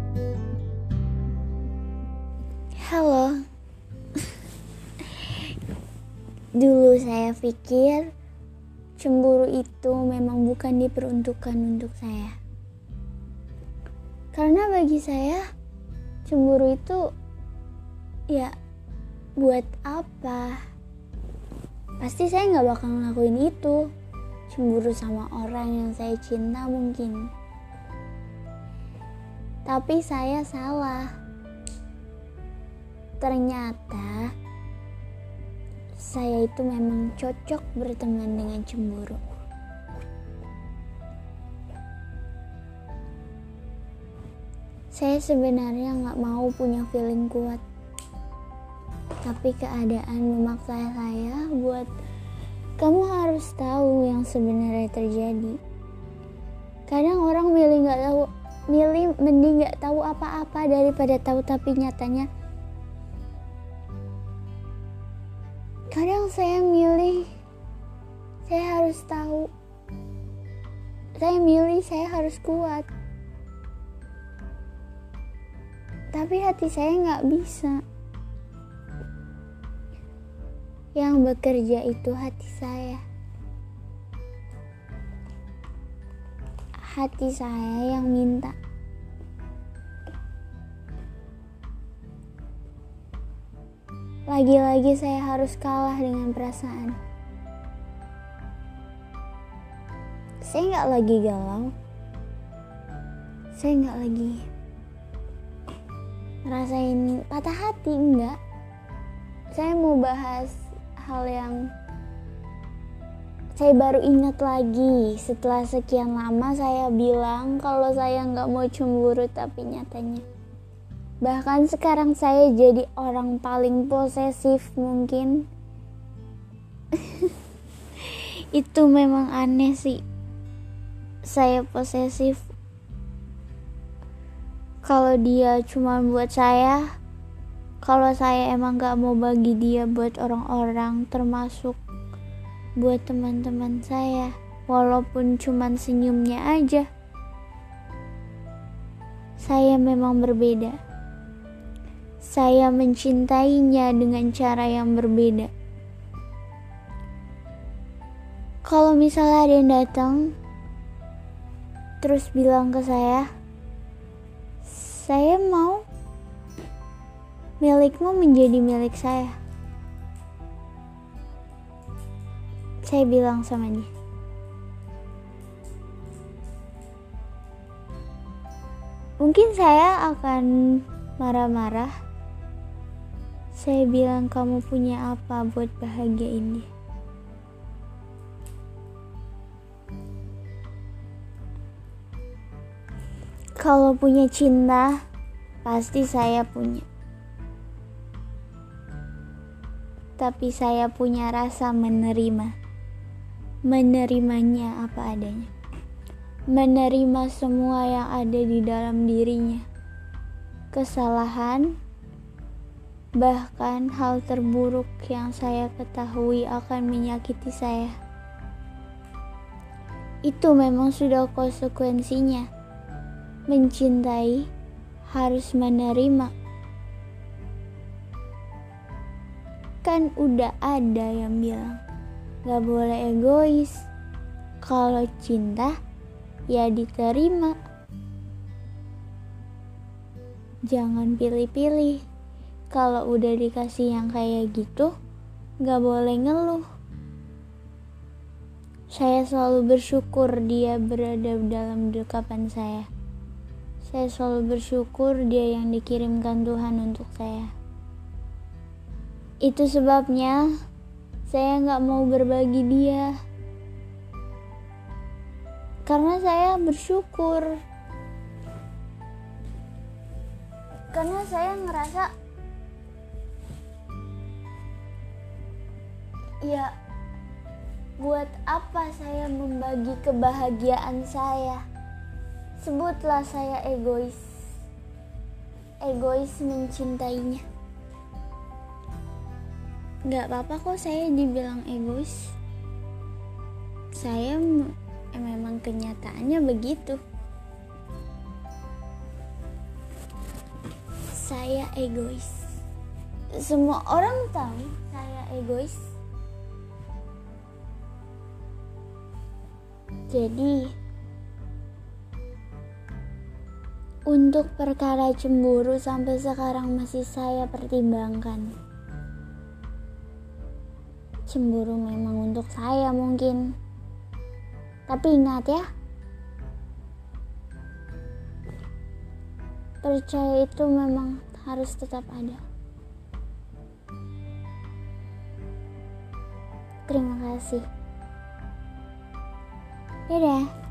Halo. Dulu saya pikir cemburu itu memang bukan diperuntukkan untuk saya. Karena bagi saya cemburu itu ya buat apa? Pasti saya gak bakal ngelakuin itu. Cemburu sama orang yang saya cinta mungkin. Tapi saya salah. Ternyata saya itu memang cocok berteman dengan cemburu. Saya sebenarnya gak mau punya feeling kuat. Tapi keadaan memaksa saya buat kamu harus tahu yang sebenarnya terjadi. Kadang orang mending gak tahu apa-apa daripada tahu tapi nyatanya. Kadang saya milih, saya harus tahu. Saya milih, saya harus kuat. Tapi hati saya gak bisa. Yang bekerja itu hati saya. Hati saya yang minta. Lagi-lagi saya harus kalah dengan perasaan. Saya gak lagi galau. Saya gak lagi ngerasain patah hati, enggak. Saya mau bahas hal yang saya baru ingat lagi. Setelah sekian lama saya bilang kalau saya gak mau cemburu, tapi nyatanya bahkan sekarang saya jadi orang paling posesif mungkin. Itu memang aneh sih. Saya posesif. Kalau dia cuma buat saya, kalau saya emang gak mau bagi dia buat orang-orang, termasuk buat teman-teman saya, walaupun cuma senyumnya aja. Saya memang berbeda. Saya mencintainya dengan cara yang berbeda. Kalau misalnya ada yang datang terus bilang ke saya mau milikmu menjadi milik saya. Saya bilang sama dia, mungkin saya akan marah-marah. Saya bilang, kamu punya apa buat bahagiain dia? Kalau punya cinta, pasti saya punya. Tapi saya punya rasa menerima. Menerimanya apa adanya. Menerima semua yang ada di dalam dirinya. Kesalahan, bahkan hal terburuk yang saya ketahui akan menyakiti saya. Itu memang sudah konsekuensinya. Mencintai harus menerima. Kan udah ada yang bilang gak boleh egois. Kalau cinta ya diterima. Jangan pilih-pilih. Kalau udah dikasih yang kayak gitu, gak boleh ngeluh. Saya selalu bersyukur dia berada dalam dekapan saya. Saya selalu bersyukur dia yang dikirimkan Tuhan untuk saya. Itu sebabnya saya gak mau berbagi dia. Karena saya bersyukur. Karena saya ngerasa ya, buat apa saya membagi kebahagiaan saya? Sebutlah saya egois. Egois mencintainya. Gak apa-apa kok saya dibilang egois. Saya memang kenyataannya begitu. saya egois. Semua orang tahu saya egois. Jadi, untuk perkara cemburu sampai sekarang masih saya pertimbangkan. Cemburu memang untuk saya mungkin. Tapi ingat ya, percaya itu memang harus tetap ada. Terima kasih. Dadah.